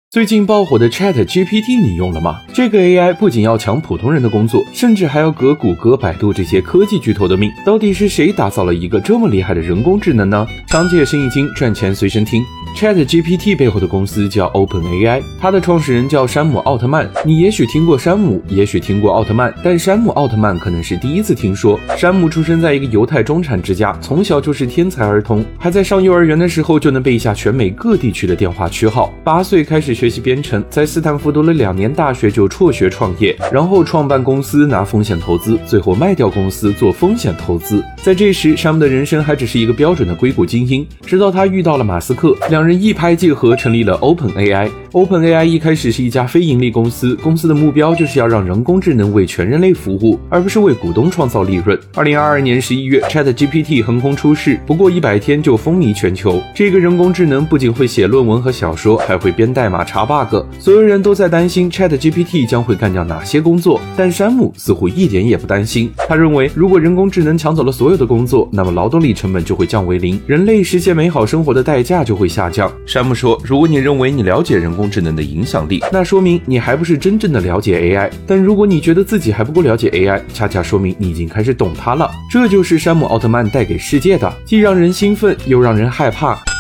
最近爆火的 ChatGPT 你用了吗？这个 AI 不仅要抢普通人的工作，甚至还要革谷歌、百度这些科技巨头的命。到底是谁打造了一个这么厉害的人工智能呢？长解释一经，赚钱随身听。ChatGPT 背后的公司叫 OpenAI， 它的创始人叫山姆·奥特曼。你也许听过山姆，也许听过奥特曼，但山姆·奥特曼可能是第一次听说。山姆出生在一个犹太中产之家，从小就是天才儿童，还在上幼儿园的时候就能背下全美各地区的电话区号。8岁开始学习编程，在斯坦福读了2年大学就辍学创业，然后创办公司拿风险投资，最后卖掉公司做风险投资。在这时，山姆的人生还只是一个标准的硅谷精英，直到他遇到了马斯克，两人一拍即合，成立了 OpenAI。OpenAI 一开始是一家非盈利公司，公司的目标就是要让人工智能为全人类服务，而不是为股东创造利润。2022年11月 ChatGPT 横空出世，不过100天就风靡全球。这个人工智能不仅会写论文和小说，还会编代码查 bug。所有人都在担心 ChatGPT 将会干掉哪些工作，但山姆似乎一点也不担心。他认为，如果人工智能抢走了所有的工作，那么劳动力成本就会降为0，人类实现美好生活的代价就会下降。山姆说，如果你认为你了解人工智能的影响力，那说明你还不是真正的了解 AI， 但如果你觉得自己还不够了解 AI， 恰恰说明你已经开始懂它了。这就是山姆·奥特曼带给世界的，既让人兴奋又让人害怕。